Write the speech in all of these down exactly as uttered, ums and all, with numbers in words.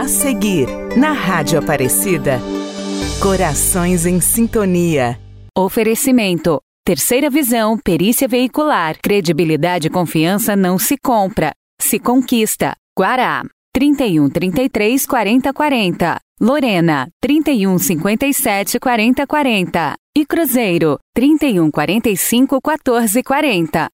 A seguir, na Rádio Aparecida, Corações em Sintonia. Oferecimento. Terceira Visão, perícia veicular. Credibilidade e confiança não se compra, se conquista. Guará, trinta e um, trinta e três, quarenta, quarenta. Lorena, trinta e um, cinquenta e sete, quarenta, quarenta. E Cruzeiro, trinta e um, quarenta e cinco, quatorze, quarenta.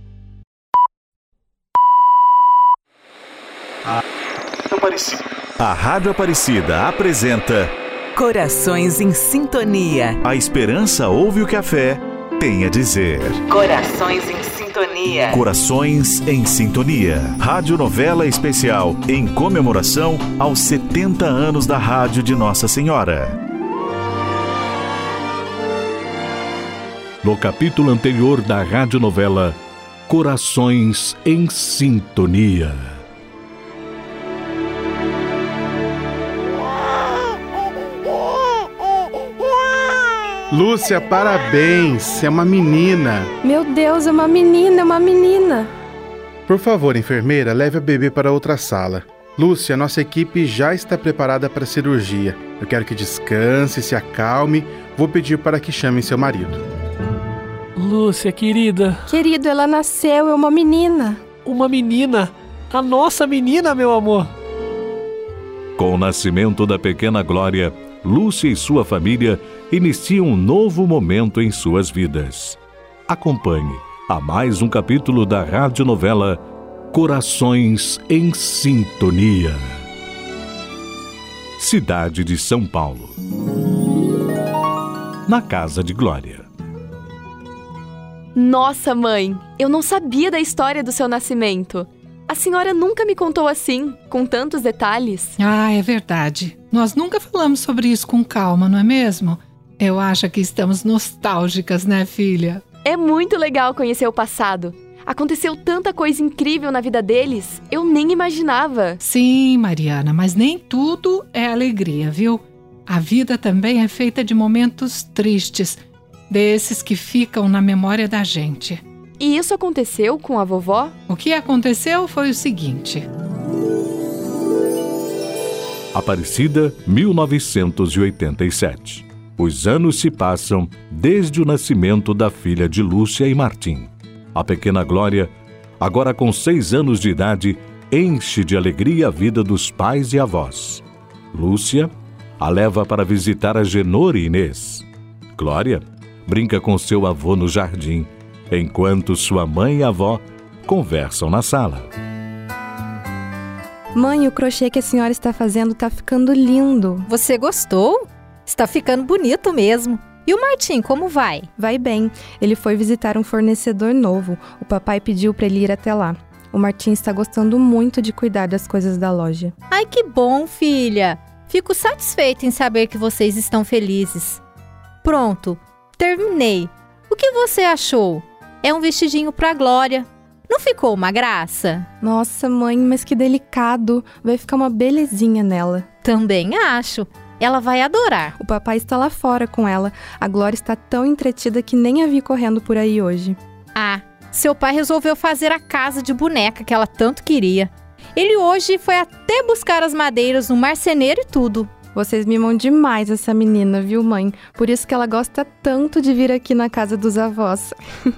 A Rádio Aparecida apresenta Corações em Sintonia. A esperança ouve o que a fé tem a dizer. Corações em Sintonia. Corações em Sintonia. Radionovela especial em comemoração aos setenta anos da Rádio de Nossa Senhora. No capítulo anterior da radionovela Corações em Sintonia. Lúcia, parabéns! É uma menina! Meu Deus, é uma menina, é uma menina! Por favor, enfermeira, leve a bebê para outra sala. Lúcia, nossa equipe já está preparada para a cirurgia. Eu quero que descanse, se acalme. Vou pedir para que chamem seu marido. Lúcia, querida. Querido, ela nasceu, é uma menina. Uma menina? A nossa menina, meu amor. Com o nascimento da pequena Glória, Lúcia e sua família iniciam um novo momento em suas vidas. Acompanhe a mais um capítulo da radionovela Corações em Sintonia. Cidade de São Paulo. Na casa de Glória. Nossa, mãe, eu não sabia da história do seu nascimento. A senhora nunca me contou assim, com tantos detalhes. Ah, é verdade. Nós nunca falamos sobre isso com calma, não é mesmo? Eu acho que estamos nostálgicas, né, filha? É muito legal conhecer o passado. Aconteceu tanta coisa incrível na vida deles, eu nem imaginava. Sim, Mariana, mas nem tudo é alegria, viu? A vida também é feita de momentos tristes, desses que ficam na memória da gente. E isso aconteceu com a vovó? O que aconteceu foi o seguinte. Aparecida, mil novecentos e oitenta e sete. Os anos se passam desde o nascimento da filha de Lúcia e Martim. A pequena Glória, agora com seis anos de idade, enche de alegria a vida dos pais e avós. Lúcia a leva para visitar a Genor e Inês. Glória brinca com seu avô no jardim, enquanto sua mãe e avó conversam na sala. Mãe, o crochê que a senhora está fazendo está ficando lindo. Você gostou? Está ficando bonito mesmo. E o Martim, como vai? Vai bem. Ele foi visitar um fornecedor novo. O papai pediu para ele ir até lá. O Martim está gostando muito de cuidar das coisas da loja. Ai, que bom, filha. Fico satisfeita em saber que vocês estão felizes. Pronto, terminei. O que você achou? É um vestidinho para Glória. Não ficou uma graça? Nossa, mãe, mas que delicado. Vai ficar uma belezinha nela. Também acho. Ela vai adorar. O papai está lá fora com ela. A Glória está tão entretida que nem a vi correndo por aí hoje. Ah, seu pai resolveu fazer a casa de boneca que ela tanto queria. Ele hoje foi até buscar as madeiras no marceneiro e tudo. Vocês mimam demais essa menina, viu, mãe? Por isso que ela gosta tanto de vir aqui na casa dos avós.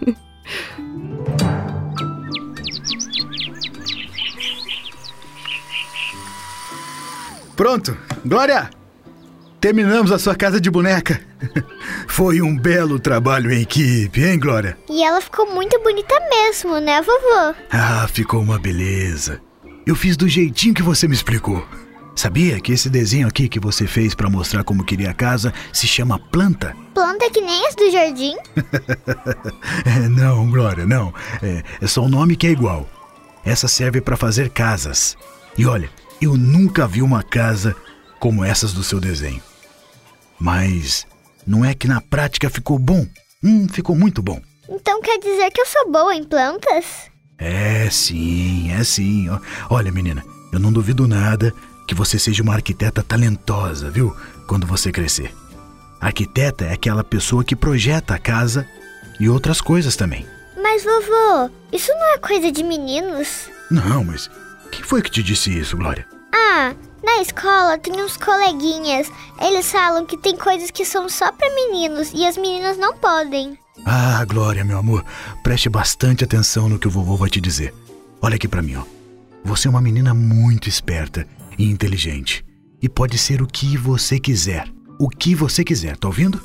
Pronto, Glória! Terminamos a sua casa de boneca. Foi um belo trabalho em equipe, hein, Glória? E ela ficou muito bonita mesmo, né, vovô? Ah, ficou uma beleza. Eu fiz do jeitinho que você me explicou. Sabia que esse desenho aqui que você fez para mostrar como queria a casa se chama planta? Planta que nem as do jardim? é, não, Glória, não. É, é só um nome que é igual. Essa serve para fazer casas. E olha, eu nunca vi uma casa como essas do seu desenho. Mas não é que na prática ficou bom? Hum, ficou muito bom. Então quer dizer que eu sou boa em plantas? É sim, é sim. Olha, menina, eu não duvido nada que você seja uma arquiteta talentosa, viu? Quando você crescer. Arquiteta é aquela pessoa que projeta a casa e outras coisas também. Mas, vovô, isso não é coisa de meninos? Não, mas quem foi que te disse isso, Glória? Ah, na escola tem uns coleguinhas. Eles falam que tem coisas que são só pra meninos e as meninas não podem. Ah, Glória, meu amor, preste bastante atenção no que o vovô vai te dizer. Olha aqui pra mim, ó. Você é uma menina muito esperta e inteligente. E pode ser o que você quiser. O que você quiser, tá ouvindo?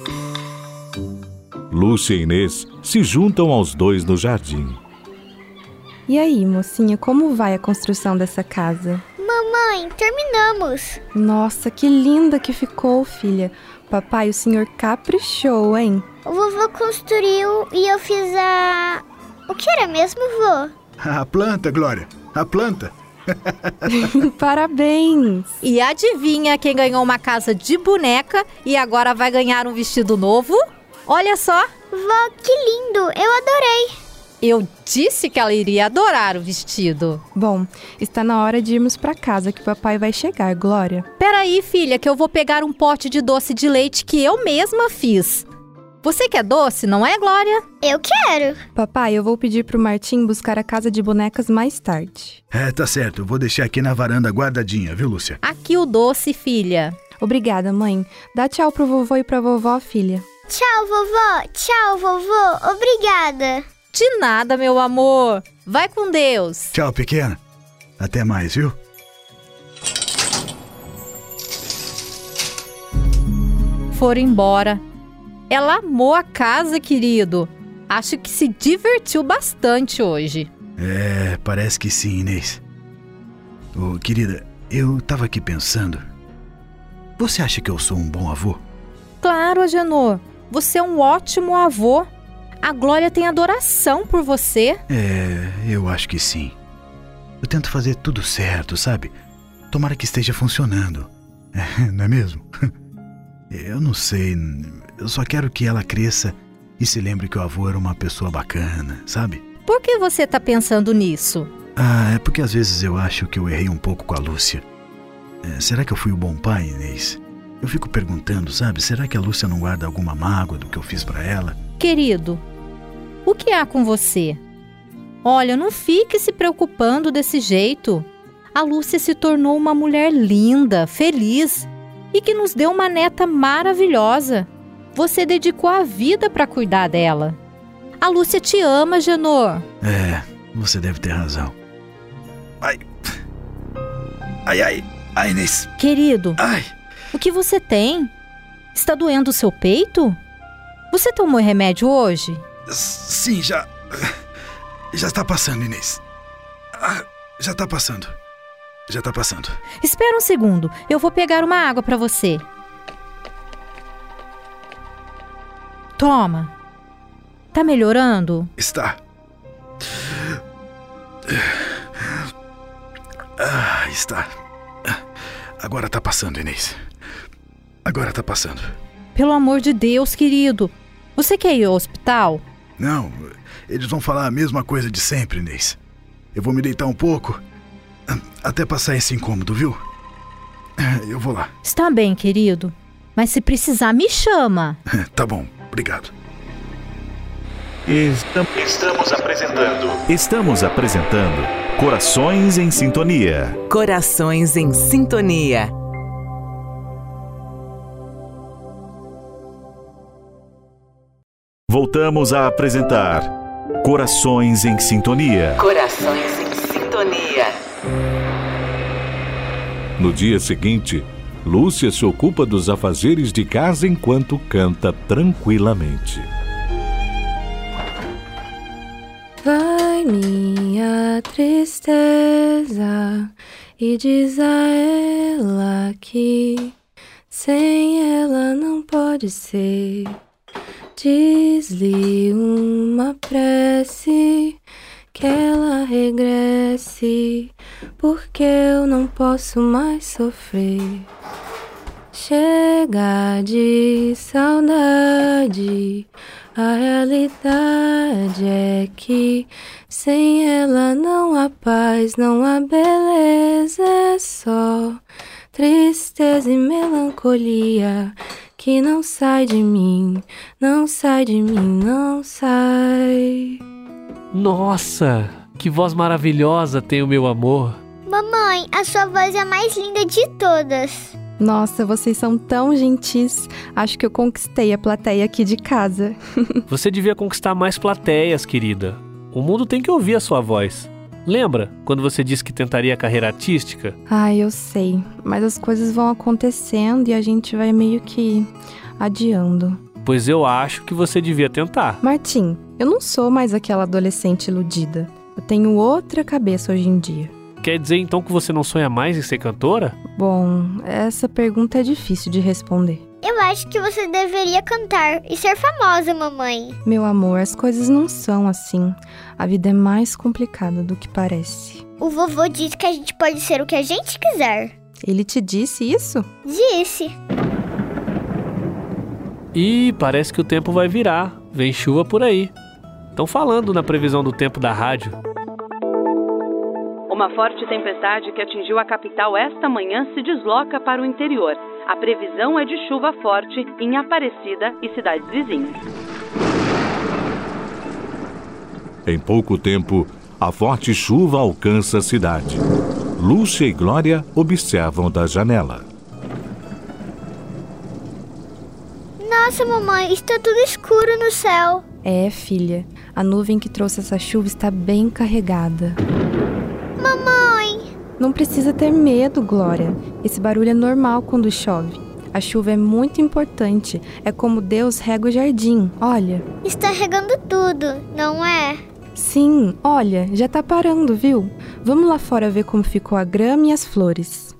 Lúcia e Inês se juntam aos dois no jardim. E aí, mocinha, como vai a construção dessa casa? Mamãe, terminamos. Nossa, que linda que ficou, filha. Papai, o senhor caprichou, hein? O vovô construiu e eu fiz a... O que era mesmo, vô? A planta, Glória, a planta. Parabéns! E adivinha quem ganhou uma casa de boneca e agora vai ganhar um vestido novo? Olha só! Vó, que lindo! Eu adorei! Eu disse que ela iria adorar o vestido. Bom, está na hora de irmos para casa que papai vai chegar, Glória. Peraí, filha, que eu vou pegar um pote de doce de leite que eu mesma fiz. Você quer doce, não é, Glória? Eu quero! Papai, eu vou pedir pro Martim buscar a casa de bonecas mais tarde. É, tá certo. Eu vou deixar aqui na varanda guardadinha, viu, Lúcia? Aqui o doce, filha. Obrigada, mãe. Dá tchau pro vovô e pra vovó, filha. Tchau, vovó! Tchau, vovô! Obrigada! De nada, meu amor. Vai com Deus. Tchau, pequena. Até mais, viu? Foram embora. Ela amou a casa, querido. Acho que se divertiu bastante hoje. É, parece que sim, Inês. Ô, querida, eu tava aqui pensando. Você acha que eu sou um bom avô? Claro, Agenor. Você é um ótimo avô. A Glória tem adoração por você. É, eu acho que sim. Eu tento fazer tudo certo, sabe? Tomara que esteja funcionando. É, não é mesmo? Eu não sei. Eu só quero que ela cresça e se lembre que o avô era uma pessoa bacana, sabe? Por que você tá pensando nisso? Ah, é porque às vezes eu acho que eu errei um pouco com a Lúcia. É, será que eu fui o bom pai, Inês? Eu fico perguntando, sabe? Será que a Lúcia não guarda alguma mágoa do que eu fiz pra ela? Querido, o que há com você? Olha, não fique se preocupando desse jeito. A Lúcia se tornou uma mulher linda, feliz e que nos deu uma neta maravilhosa. Você dedicou a vida para cuidar dela. A Lúcia te ama, Genor. É, você deve ter razão. Ai. Ai, ai. Ai, Inês. Querido, ai. O que você tem? Está doendo o seu peito? Você tomou remédio hoje? Sim, já... Já está passando, Inês. Ah, já está passando. Já está passando. Espera um segundo. Eu vou pegar uma água para você. Toma. Tá melhorando? Está. Ah, está. Agora tá passando, Inês. Agora tá passando. Pelo amor de Deus, querido. Você quer ir ao hospital? Não, eles vão falar a mesma coisa de sempre, Inês. Eu vou me deitar um pouco, até passar esse incômodo, viu? Eu vou lá. Está bem, querido. Mas se precisar, me chama. Tá bom, obrigado. Estamos apresentando. Estamos apresentando Corações em Sintonia. Corações em Sintonia. Voltamos a apresentar Corações em Sintonia. Corações em Sintonia. No dia seguinte, Lúcia se ocupa dos afazeres de casa enquanto canta tranquilamente. Vai minha tristeza e diz a ela que sem ela não pode ser. Diz-lhe uma prece que ela regresse, porque eu não posso mais sofrer. Chega de saudade, a realidade é que sem ela não há paz, não há beleza, é só tristeza e melancolia que não sai de mim, não sai de mim, não sai. Nossa, que voz maravilhosa tem o meu amor. Mamãe, a sua voz é a mais linda de todas. Nossa, vocês são tão gentis. Acho que eu conquistei a plateia aqui de casa. Você devia conquistar mais plateias, querida. O mundo tem que ouvir a sua voz. Lembra quando você disse que tentaria a carreira artística? Ai, eu sei. Mas as coisas vão acontecendo e a gente vai meio que adiando. Pois eu acho que você devia tentar. Martim, eu não sou mais aquela adolescente iludida. Eu tenho outra cabeça hoje em dia. Quer dizer então que você não sonha mais em ser cantora? Bom, essa pergunta é difícil de responder. Eu acho que você deveria cantar e ser famosa, mamãe. Meu amor, as coisas não são assim. A vida é mais complicada do que parece. O vovô disse que a gente pode ser o que a gente quiser. Ele te disse isso? Disse. Ih, parece que o tempo vai virar. Vem chuva por aí. Estão falando na previsão do tempo da rádio. Uma forte tempestade que atingiu a capital esta manhã se desloca para o interior. A previsão é de chuva forte em Aparecida e cidades vizinhas. Em pouco tempo, a forte chuva alcança a cidade. Lúcia e Glória observam da janela. Nossa, mamãe, está tudo escuro no céu. É, filha. A nuvem que trouxe essa chuva está bem carregada. Mamãe! Não precisa ter medo, Glória. Esse barulho é normal quando chove. A chuva é muito importante. É como Deus rega o jardim, olha. Está regando tudo, não é? Sim, olha, já tá parando, viu? Vamos lá fora ver como ficou a grama e as flores.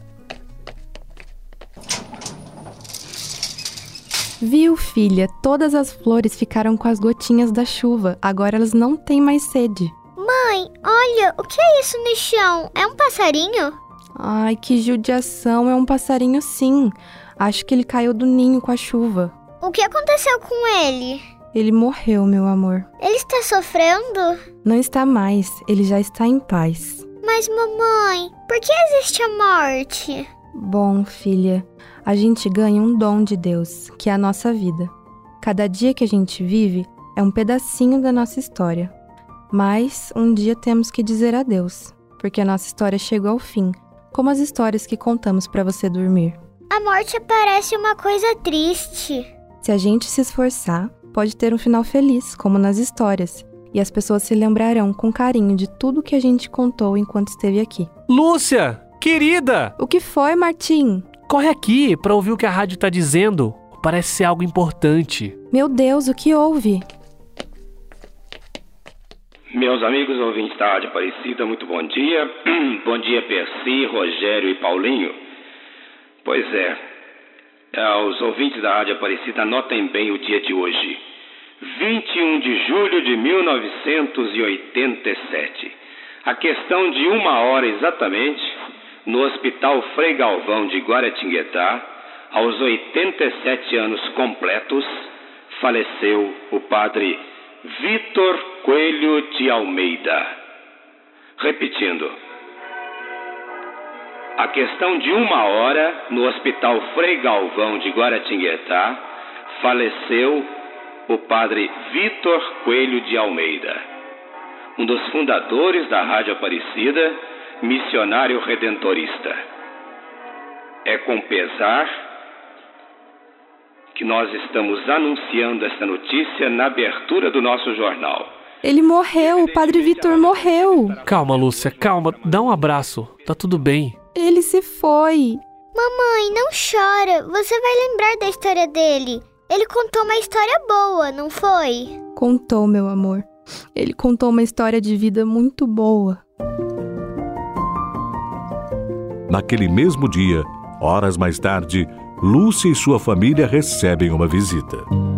Viu, filha? Todas as flores ficaram com as gotinhas da chuva. Agora elas não têm mais sede. Mãe, olha, o que é isso no chão? É um passarinho? Ai, que judiação, é um passarinho sim. Acho que ele caiu do ninho com a chuva. O que aconteceu com ele? Ele morreu, meu amor. Ele está sofrendo? Não está mais, ele já está em paz. Mas mamãe, por que existe a morte? Bom, filha, a gente ganha um dom de Deus, que é a nossa vida. Cada dia que a gente vive é um pedacinho da nossa história. Mas um dia temos que dizer adeus, porque a nossa história chegou ao fim, como as histórias que contamos para você dormir. A morte parece uma coisa triste. Se a gente se esforçar, pode ter um final feliz, como nas histórias, e as pessoas se lembrarão com carinho de tudo que a gente contou enquanto esteve aqui. Lúcia, querida! O que foi, Martim? Corre aqui para ouvir o que a rádio tá dizendo. Parece ser algo importante. Meu Deus, o que houve? Meus amigos ouvintes da Rádio Aparecida, muito bom dia. Bom dia, Percy, Rogério e Paulinho. Pois é, aos ouvintes da Rádio Aparecida, anotem bem o dia de hoje. vinte e um de julho de mil novecentos e oitenta e sete. A questão de uma hora exatamente, no Hospital Frei Galvão de Guaratinguetá, aos oitenta e sete anos completos, faleceu o padre Vitor Coelho de Almeida. Repetindo. A questão de uma hora, no Hospital Frei Galvão de Guaratinguetá, faleceu o padre Vitor Coelho de Almeida, um dos fundadores da Rádio Aparecida, missionário redentorista. É com pesar que nós estamos anunciando esta notícia na abertura do nosso jornal. Ele morreu, o padre Vitor morreu. Calma, Lúcia, calma, dá um abraço, tá tudo bem. Ele se foi. Mamãe, não chora, você vai lembrar da história dele. Ele contou uma história boa, não foi? Contou, meu amor. Ele contou uma história de vida muito boa. Naquele mesmo dia, horas mais tarde, Lúcia e sua família recebem uma visita.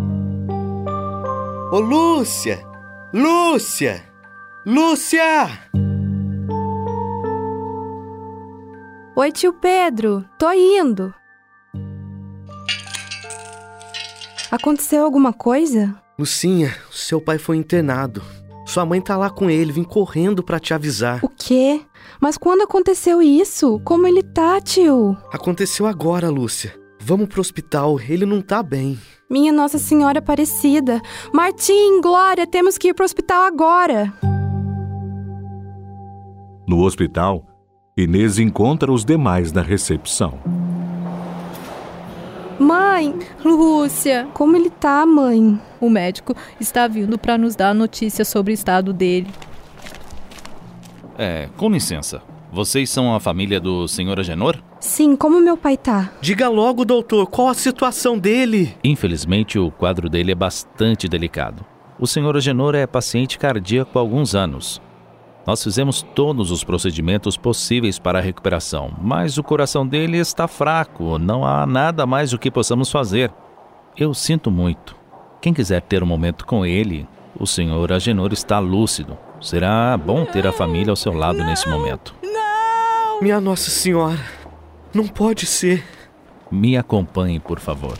Ô Lúcia! Lúcia! Lúcia! Oi, tio Pedro, tô indo. Aconteceu alguma coisa? Lucinha, seu pai foi internado. Sua mãe tá lá com ele, vim correndo pra te avisar. O quê? Mas quando aconteceu isso? Como ele tá, tio? Aconteceu agora, Lúcia. Vamos pro hospital, ele não tá bem. Minha Nossa Senhora Aparecida. Martim, Glória, temos que ir pro hospital agora. No hospital, Inês encontra os demais na recepção. Mãe! Lúcia! Como ele tá, mãe? O médico está vindo para nos dar notícia sobre o estado dele. É, com licença. Vocês são a família do senhor Agenor? Sim, como meu pai tá? Diga logo, doutor, qual a situação dele? Infelizmente, o quadro dele é bastante delicado. O senhor Agenor é paciente cardíaco há alguns anos. Nós fizemos todos os procedimentos possíveis para a recuperação, mas o coração dele está fraco, não há nada mais o que possamos fazer. Eu sinto muito. Quem quiser ter um momento com ele, o senhor Agenor está lúcido. Será bom ter a família ao seu lado não, nesse momento. Não! Minha Nossa Senhora, não pode ser. Me acompanhe, por favor.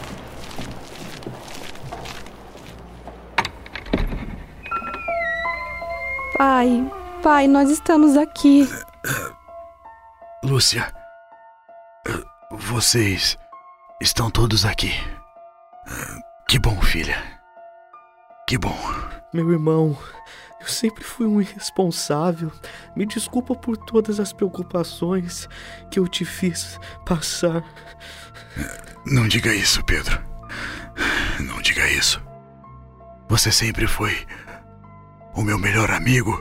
Pai, pai, nós estamos aqui. Lúcia, vocês estão todos aqui. Que bom, filha. Que bom. Meu irmão, eu sempre fui um irresponsável. Me desculpa por todas as preocupações que eu te fiz passar. Não diga isso, Pedro. Não diga isso. Você sempre foi o meu melhor amigo.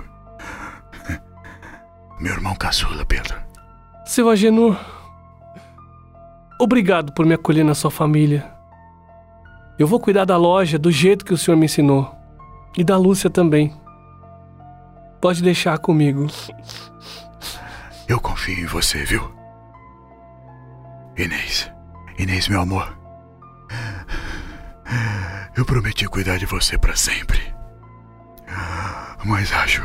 Meu irmão caçula, Pedro. Seu Agenor, obrigado por me acolher na sua família. Eu vou cuidar da loja do jeito que o senhor me ensinou. E da Lúcia também. Pode deixar comigo. Eu confio em você, viu? Inês. Inês, meu amor. Eu prometi cuidar de você pra sempre. Mas acho...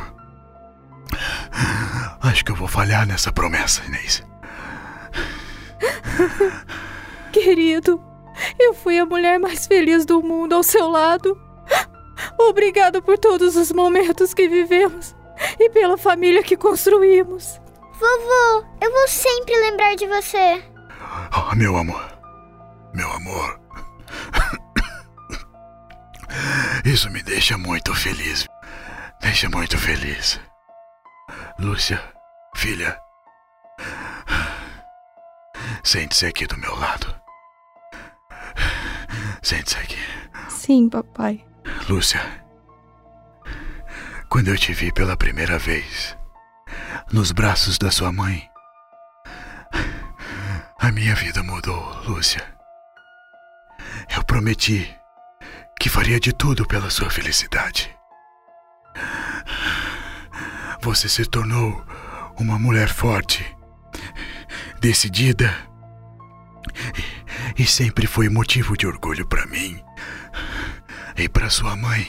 Acho que eu vou falhar nessa promessa, Inês. Querido, eu fui a mulher mais feliz do mundo ao seu lado. Obrigado por todos os momentos que vivemos e pela família que construímos. Vovô, eu vou sempre lembrar de você. Oh, meu amor. Meu amor. Isso me deixa muito feliz. Deixa muito feliz. Lúcia, filha. Sente-se aqui do meu lado. Sente-se aqui. Sim, papai. Lúcia, quando eu te vi pela primeira vez nos braços da sua mãe, a minha vida mudou, Lúcia. Eu prometi que faria de tudo pela sua felicidade. Você se tornou uma mulher forte, decidida, e, e sempre foi motivo de orgulho para mim e para sua mãe.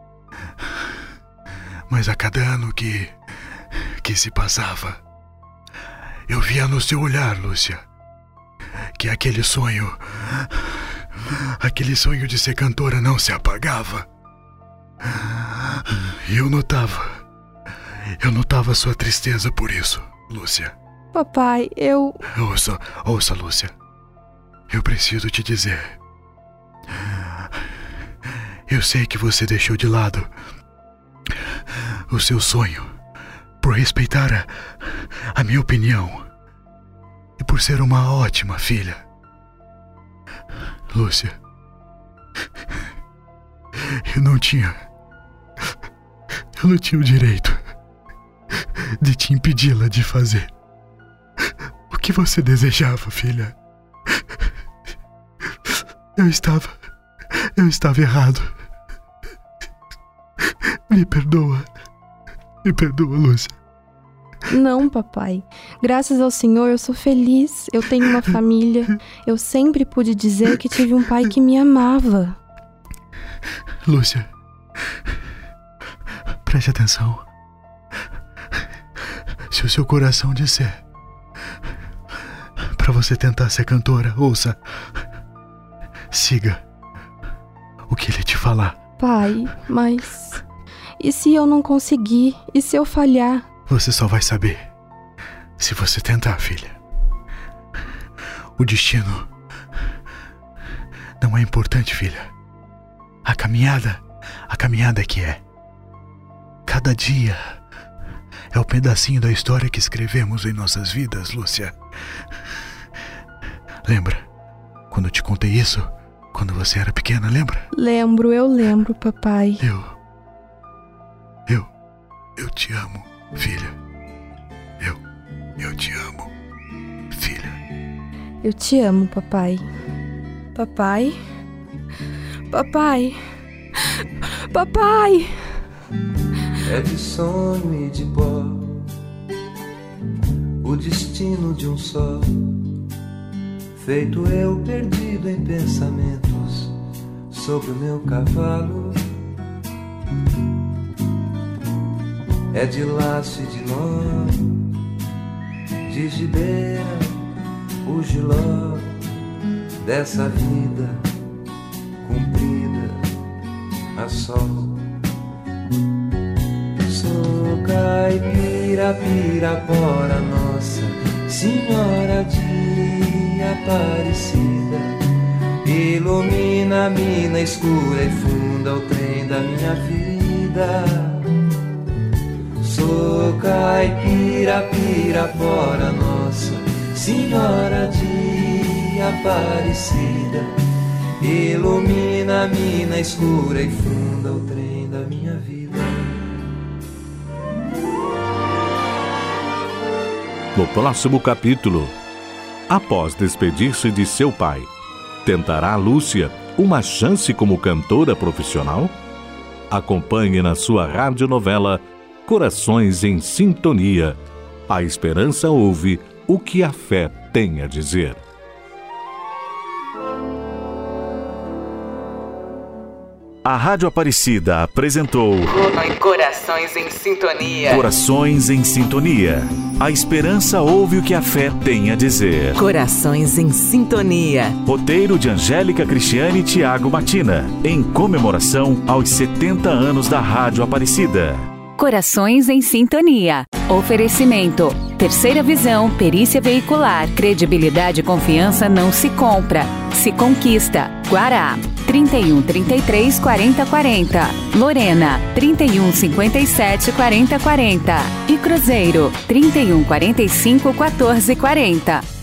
Mas a cada ano que, que se passava, eu via no seu olhar, Lúcia, que aquele sonho, aquele sonho de ser cantora não se apagava. E eu notava, eu notava sua tristeza por isso, Lúcia. Papai, eu... Ouça, ouça, Lúcia. Eu preciso te dizer. Eu sei que você deixou de lado o seu sonho por respeitar a, a minha opinião e por ser uma ótima filha. Lúcia, eu não tinha... Eu não tinha o direito de te impedi-la de fazer o que você desejava, filha. Eu estava... Eu estava errado. Me perdoa. Me perdoa, Lúcia. Não, papai. Graças ao Senhor, eu sou feliz. Eu tenho uma família. Eu sempre pude dizer que tive um pai que me amava. Lúcia, preste atenção. Se o seu coração disser para você tentar ser cantora, ouça. Siga o que ele te falar. Pai, mas... E se eu não conseguir? E se eu falhar? Você só vai saber se você tentar, filha. O destino não é importante, filha. A caminhada, a caminhada que é. Cada dia é o pedacinho da história que escrevemos em nossas vidas, Lúcia. Lembra quando eu te contei isso? Quando você era pequena, lembra? Lembro, eu lembro, papai. Eu... Eu... Eu te amo, filha. Eu... Eu te amo, filha. Eu te amo, papai. Papai? Papai? Papai! É de sonho e de pó o destino de um só, feito eu perdido em pensamentos sobre o meu cavalo. É de laço e de nó, de gibeira o giló dessa vida cumprida a sol. Sou caipira, pirapora, Nossa Senhora de Aparecida. Ilumina a mina escura e funda o trem da minha vida. Sou caipira, pirapora, Nossa Senhora de Aparecida. Ilumina a mina escura e funda o trem da minha vida. No próximo capítulo, após despedir-se de seu pai, tentará Lúcia uma chance como cantora profissional? Acompanhe na sua radionovela Corações em Sintonia. A esperança ouve o que a fé tem a dizer. A Rádio Aparecida apresentou Corações em Sintonia. Corações em Sintonia. A esperança ouve o que a fé tem a dizer. Corações em Sintonia. Roteiro de Angélica Cristiane e Tiago Matina, em comemoração aos setenta anos da Rádio Aparecida. Corações em Sintonia. Oferecimento. Terceira Visão, perícia veicular. Credibilidade e confiança não se compra, se conquista. Guará. trinta e um, trinta e três, quarenta, quarenta. Lorena. trinta e um, cinquenta e sete, quarenta, quarenta. E Cruzeiro. trinta e um, quarenta e cinco, quatorze, quarenta.